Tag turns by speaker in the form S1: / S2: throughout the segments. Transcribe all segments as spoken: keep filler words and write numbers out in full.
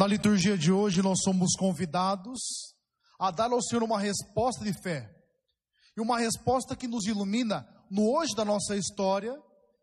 S1: Na liturgia de hoje nós somos convidados a dar ao Senhor uma resposta de fé. E uma resposta que nos ilumina no hoje da nossa história,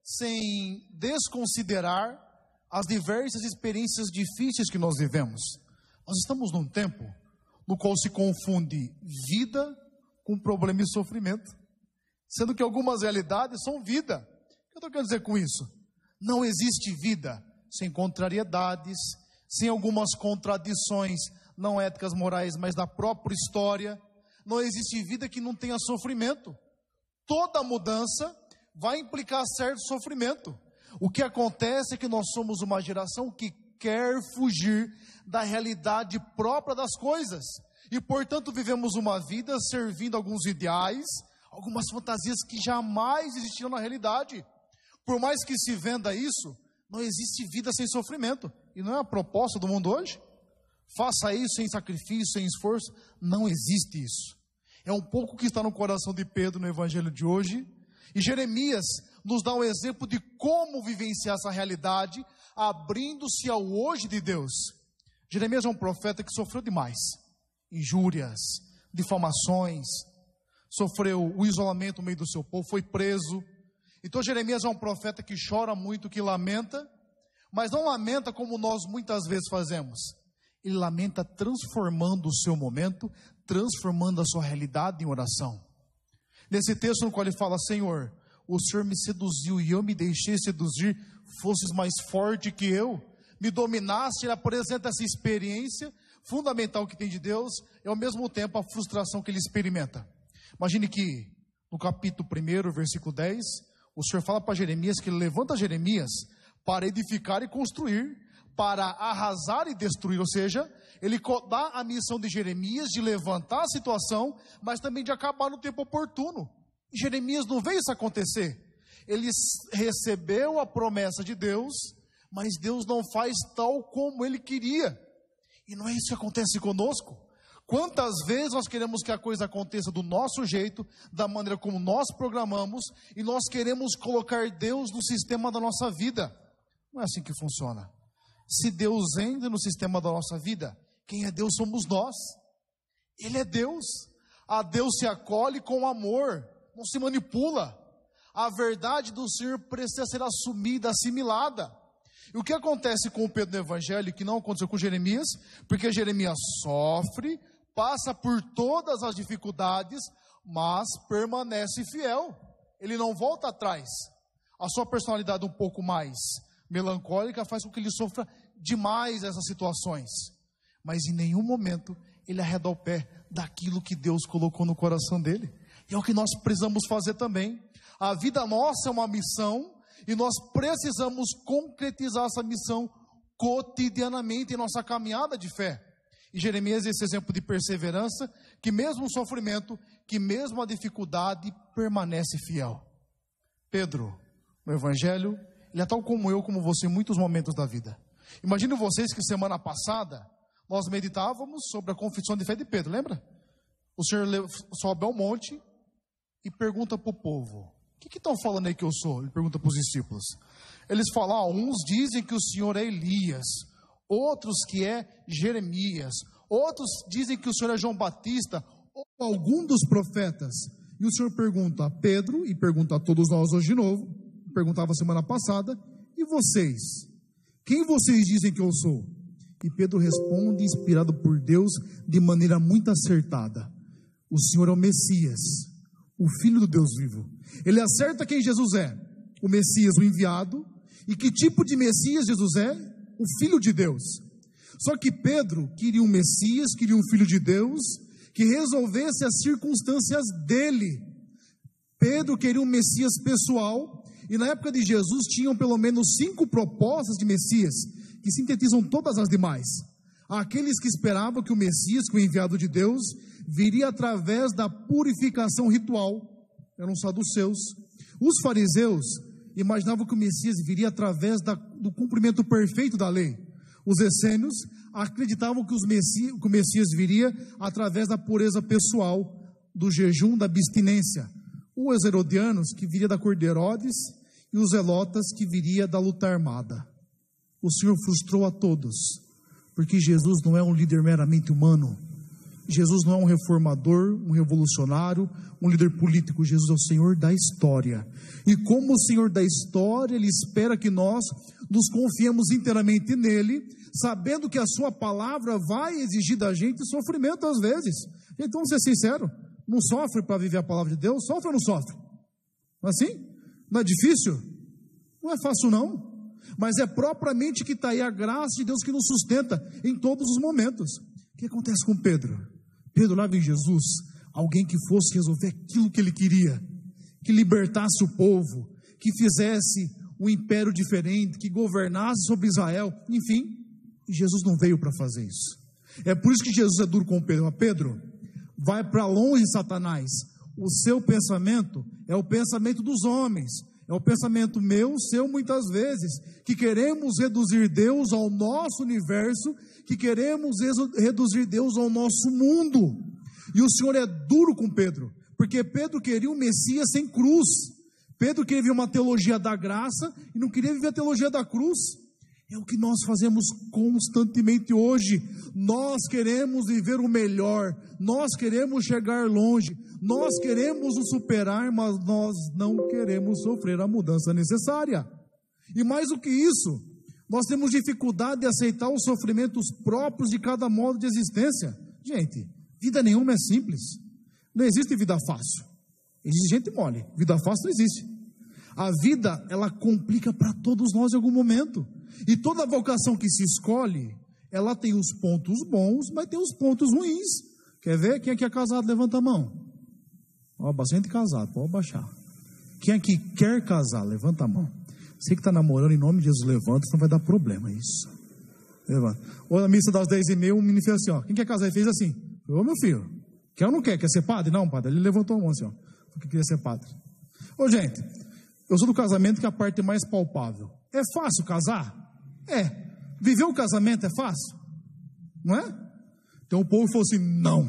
S1: sem desconsiderar as diversas experiências difíceis que nós vivemos. Nós estamos num tempo no qual se confunde vida com problema e sofrimento, sendo que algumas realidades são vida. O que eu estou querendo dizer com isso? Não existe vida sem contrariedades, sem algumas contradições, não éticas, morais, mas da própria história. Não existe vida que não tenha sofrimento. Toda mudança vai implicar certo sofrimento. O que acontece é que nós somos uma geração que quer fugir da realidade própria das coisas. E, portanto, vivemos uma vida servindo alguns ideais, algumas fantasias que jamais existiram na realidade. Por mais que se venda isso, não existe vida sem sofrimento. E não é a proposta do mundo hoje? Faça isso sem sacrifício, sem esforço. Não existe isso. É um pouco o que está no coração de Pedro no evangelho de hoje. E Jeremias nos dá um exemplo de como vivenciar essa realidade, abrindo-se ao hoje de Deus. Jeremias é um profeta que sofreu demais. Injúrias, difamações, sofreu o isolamento no meio do seu povo, foi preso. Então Jeremias é um profeta que chora muito, que lamenta, mas não lamenta como nós muitas vezes fazemos. Ele lamenta transformando o seu momento, transformando a sua realidade em oração. Nesse texto no qual ele fala: Senhor, o Senhor me seduziu e eu me deixei seduzir, fosses mais forte que eu, me dominaste. Ele apresenta essa experiência fundamental que tem de Deus e ao mesmo tempo a frustração que ele experimenta. Imagine que no capítulo primeiro, versículo dez, o Senhor fala para Jeremias que ele levanta Jeremias para edificar e construir, para arrasar e destruir. Ou seja, ele dá a missão de Jeremias de levantar a situação, mas também de acabar no tempo oportuno. E Jeremias não veio isso acontecer. Ele recebeu a promessa de Deus, mas Deus não faz tal como ele queria. E não é isso que acontece conosco. Quantas vezes nós queremos que a coisa aconteça do nosso jeito, da maneira como nós programamos, e nós queremos colocar Deus no sistema da nossa vida. Não é assim que funciona. Se Deus entra no sistema da nossa vida, quem é Deus somos nós. Ele é Deus. A Deus se acolhe com amor, não se manipula. A verdade do Senhor precisa ser assumida, assimilada. E o que acontece com o Pedro no Evangelho, que não aconteceu com Jeremias, porque Jeremias sofre, passa por todas as dificuldades, mas permanece fiel. Ele não volta atrás. A sua personalidade um pouco mais melancólica faz com que ele sofra demais essas situações. Mas em nenhum momento ele arreda o pé daquilo que Deus colocou no coração dele. E é o que nós precisamos fazer também. A vida nossa é uma missão e nós precisamos concretizar essa missão cotidianamente em nossa caminhada de fé. E Jeremias é esse exemplo de perseverança, que mesmo o sofrimento, que mesmo a dificuldade, permanece fiel. Pedro, no Evangelho, ele é tal como eu, como você, em muitos momentos da vida. Imagino vocês que semana passada, nós meditávamos sobre a confissão de fé de Pedro, lembra? O Senhor sobe ao monte e pergunta para o povo: o que estão falando aí que eu sou? Ele pergunta para os discípulos. Eles falam: ah, uns dizem que o Senhor é Elias, outros que é Jeremias, outros dizem que o Senhor é João Batista, ou algum dos profetas. E o Senhor pergunta a Pedro, e pergunta a todos nós hoje de novo, perguntava semana passada: e vocês? Quem vocês dizem que eu sou? E Pedro responde, inspirado por Deus, de maneira muito acertada: o Senhor é o Messias, o Filho do Deus vivo. Ele acerta quem Jesus é: o Messias, o enviado. E que tipo de Messias Jesus é? O Filho de Deus. Só que Pedro queria um Messias, queria um Filho de Deus, que resolvesse as circunstâncias dele. Pedro queria um Messias pessoal, e na época de Jesus tinham pelo menos cinco propostas de Messias, que sintetizam todas as demais. Aqueles que esperavam que o Messias, que o enviado de Deus, viria através da purificação ritual, eram os saduceus. Os fariseus imaginavam que o Messias viria através da, do cumprimento perfeito da lei. Os essênios acreditavam que, os Messias, que o Messias viria através da pureza pessoal, do jejum, da abstinência. Os herodianos, que viria da cor de Herodes, e os zelotas, que viria da luta armada. O Senhor frustrou a todos, Porque Jesus não é um líder meramente humano. Jesus não é um reformador, um revolucionário, um líder político. Jesus é o Senhor da história. E como o Senhor da história, Ele espera que nós nos confiemos inteiramente nele, sabendo que a sua palavra vai exigir da gente sofrimento às vezes. Então, vamos ser sinceros, não sofre para viver a palavra de Deus? Sofre ou não sofre? Não é assim? Não é difícil? Não é fácil não. Mas é propriamente que está aí a graça de Deus que nos sustenta em todos os momentos. O que acontece com Pedro? Pedro lá vem Jesus, alguém que fosse resolver aquilo que ele queria, que libertasse o povo, que fizesse um império diferente, que governasse sobre Israel, enfim, e Jesus não veio para fazer isso. É por isso que Jesus é duro com Pedro. Pedro, vai para longe, Satanás. O seu pensamento é o pensamento dos homens, é o pensamento meu, seu muitas vezes, que queremos reduzir Deus ao nosso universo, que queremos reduzir Deus ao nosso mundo. E o Senhor é duro com Pedro, porque Pedro queria um Messias sem cruz. Pedro queria viver uma teologia da graça e não queria viver a teologia da cruz. É o que nós fazemos constantemente hoje. Nós queremos viver o melhor, nós queremos chegar longe, nós queremos o superar, mas nós não queremos sofrer a mudança necessária. E mais do que isso, nós temos dificuldade de aceitar os sofrimentos próprios de cada modo de existência. Gente, vida nenhuma é simples. Não existe vida fácil. Existe gente mole. Vida fácil não existe. A vida, ela complica para todos nós em algum momento. E toda vocação que se escolhe, ela tem os pontos bons, mas tem os pontos ruins. Quer ver? Quem aqui é casado, levanta a mão. Ó, bastante casado, pode baixar. Quem aqui quer casar, levanta a mão. Você que está namorando, em nome de Jesus, levanta, senão vai dar problema isso. Levanta. Ou na missa das dez e meia, um menino fez assim, ó. Quem quer casar? Ele fez assim. Ô, meu filho, quer ou não quer? Quer ser padre? Não, padre. Ele levantou a mão assim, ó. Porque queria ser padre. Ô, gente, eu sou do casamento que é a parte mais palpável. É fácil casar? É. Viver o casamento é fácil? Não é? Então o povo falou assim, não.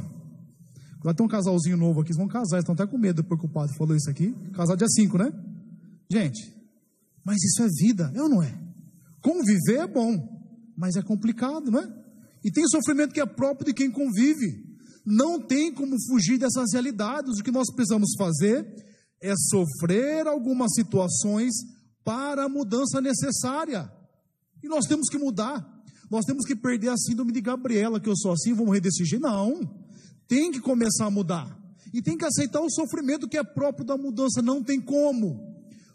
S1: Agora tem um casalzinho novo aqui, eles vão casar, eles estão até com medo depois que o padre falou isso aqui. Casar dia cinco, né? Gente, mas isso é vida, é ou não é? Conviver é bom, mas é complicado, não é? E tem sofrimento que é próprio de quem convive. Não tem como fugir dessas realidades. O que nós precisamos fazer é sofrer algumas situações para a mudança necessária. E nós temos que mudar. Nós temos que perder a síndrome de Gabriela, que eu sou assim, vou morrer desse jeito. Não, tem que começar a mudar. E tem que aceitar o sofrimento que é próprio da mudança. Não tem como.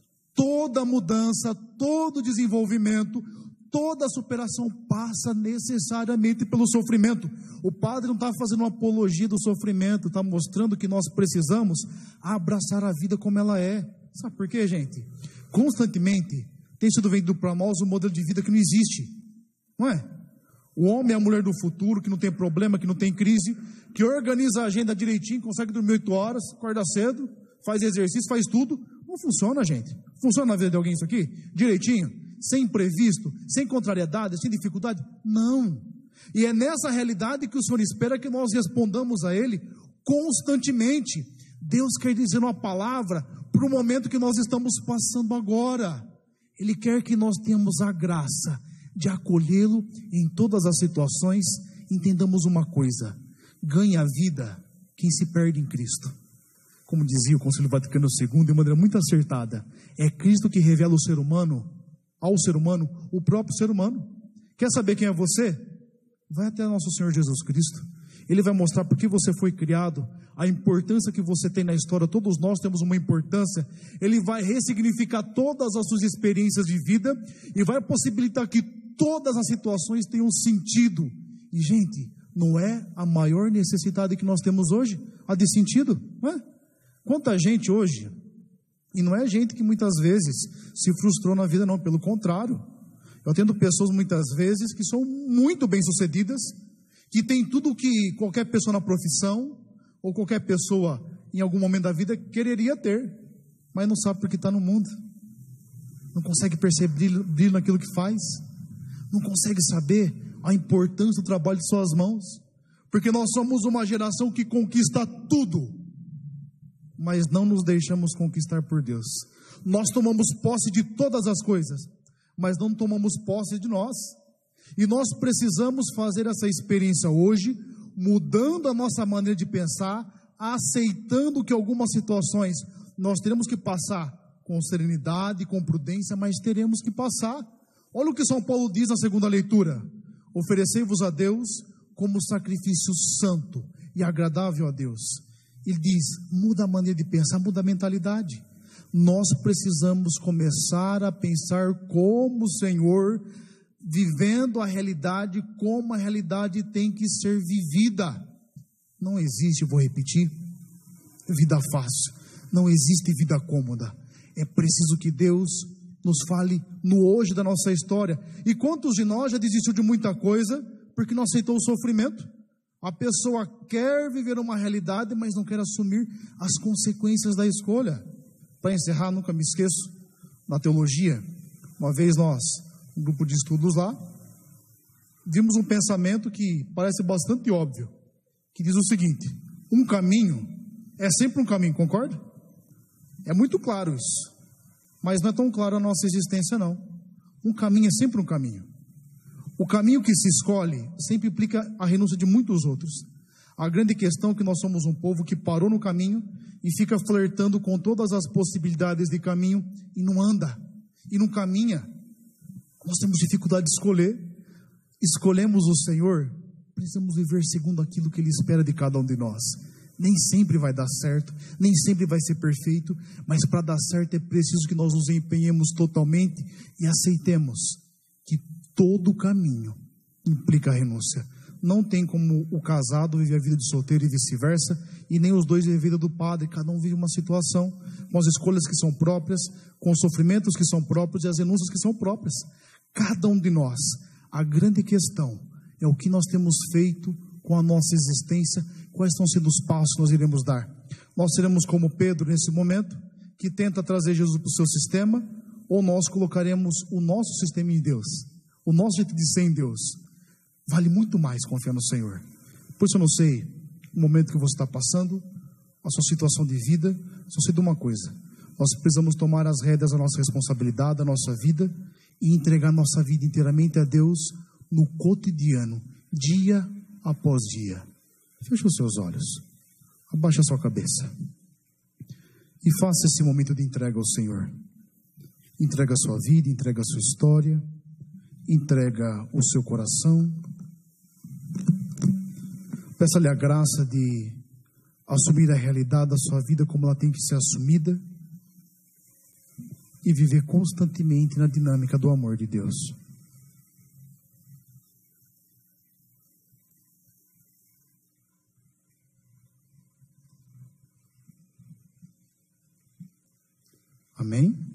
S1: Toda mudança, todo desenvolvimento, toda superação passa necessariamente pelo sofrimento. O padre não está fazendo uma apologia do sofrimento, está mostrando que nós precisamos abraçar a vida como ela é. Sabe por quê, gente? Constantemente tem sido vendido para nós um modelo de vida que não existe, não é? O homem é a mulher do futuro, que não tem problema, que não tem crise, que organiza a agenda direitinho, consegue dormir oito horas, acorda cedo, faz exercício, faz tudo. Não funciona, gente. Funciona na vida de alguém isso aqui? Direitinho? Sem imprevisto? Sem contrariedade? Sem dificuldade? Não. E é nessa realidade que o Senhor espera que nós respondamos a Ele constantemente. Deus quer dizer uma palavra para o momento que nós estamos passando agora. Ele quer que nós tenhamos a graça de acolhê-lo em todas as situações. Entendamos uma coisa: ganha a vida quem se perde em Cristo. Como dizia o Concílio Vaticano segundo, de maneira muito acertada, é Cristo que revela o ser humano, ao ser humano, o próprio ser humano. Quer saber quem é você? Vai até nosso Senhor Jesus Cristo. Ele vai mostrar por que você foi criado, a importância que você tem na história. Todos nós temos uma importância. Ele vai ressignificar todas as suas experiências de vida e vai possibilitar que todas as situações tenham sentido. E, gente, não é a maior necessidade que nós temos hoje? A de sentido, não é? Quanta gente hoje, e não é gente que muitas vezes se frustrou na vida, não, pelo contrário. Eu atendo pessoas muitas vezes que são muito bem-sucedidas, que tem tudo que qualquer pessoa na profissão, ou qualquer pessoa em algum momento da vida quereria ter, mas não sabe porque está no mundo, não consegue perceber brilho naquilo que faz, não consegue saber a importância do trabalho de suas mãos, porque nós somos uma geração que conquista tudo, mas não nos deixamos conquistar por Deus. Nós tomamos posse de todas as coisas, mas não tomamos posse de nós. E nós precisamos fazer essa experiência hoje, mudando a nossa maneira de pensar, aceitando que algumas situações nós teremos que passar com serenidade, com prudência, mas teremos que passar. Olha o que São Paulo diz na segunda leitura: oferecei-vos a Deus como sacrifício santo e agradável a Deus. Ele diz, muda a maneira de pensar, muda a mentalidade. Nós precisamos começar a pensar como o Senhor, vivendo a realidade como a realidade tem que ser vivida. Não existe, vou repetir, vida fácil, não existe vida cômoda. É preciso que Deus nos fale no hoje da nossa história. E quantos de nós já desistiu de muita coisa porque não aceitou o sofrimento? A pessoa quer viver uma realidade, mas não quer assumir as consequências da escolha. Para encerrar, nunca me esqueço, na teologia, uma vez nós, um grupo de estudos lá, vimos um pensamento que parece bastante óbvio, que diz o seguinte: um caminho é sempre um caminho, concorda? É muito claro isso, mas não é tão claro a nossa existência não. Um caminho é sempre um caminho. O caminho que se escolhe sempre implica a renúncia de muitos outros. A grande questão é que nós somos um povo que parou no caminho e fica flertando com todas as possibilidades de caminho e não anda, e não caminha. Nós temos dificuldade de escolher. Escolhemos o Senhor, precisamos viver segundo aquilo que Ele espera de cada um de nós. Nem sempre vai dar certo, nem sempre vai ser perfeito, mas para dar certo é preciso que nós nos empenhemos totalmente e aceitemos que todo caminho implica renúncia. Não tem como o casado viver a vida de solteiro e vice-versa, e nem os dois viver a vida do padre. Cada um vive uma situação, com as escolhas que são próprias, com os sofrimentos que são próprios e as renúncias que são próprias. Cada um de nós. A grande questão é o que nós temos feito com a nossa existência, quais estão sendo os passos que nós iremos dar. Nós seremos como Pedro nesse momento, que tenta trazer Jesus para o seu sistema, ou nós colocaremos o nosso sistema em Deus, o nosso jeito de ser em Deus. Vale muito mais confiar no Senhor. Por isso eu não sei o momento que você está passando, a sua situação de vida, só sei de uma coisa: nós precisamos tomar as rédeas da nossa responsabilidade, da nossa vida, e entregar nossa vida inteiramente a Deus no cotidiano, dia após dia. Feche os seus olhos, abaixe a sua cabeça e faça esse momento de entrega ao Senhor. Entrega a sua vida, entrega a sua história, entrega o seu coração. Peça-lhe a graça de assumir a realidade da sua vida como ela tem que ser assumida e viver constantemente na dinâmica do amor de Deus. Amém?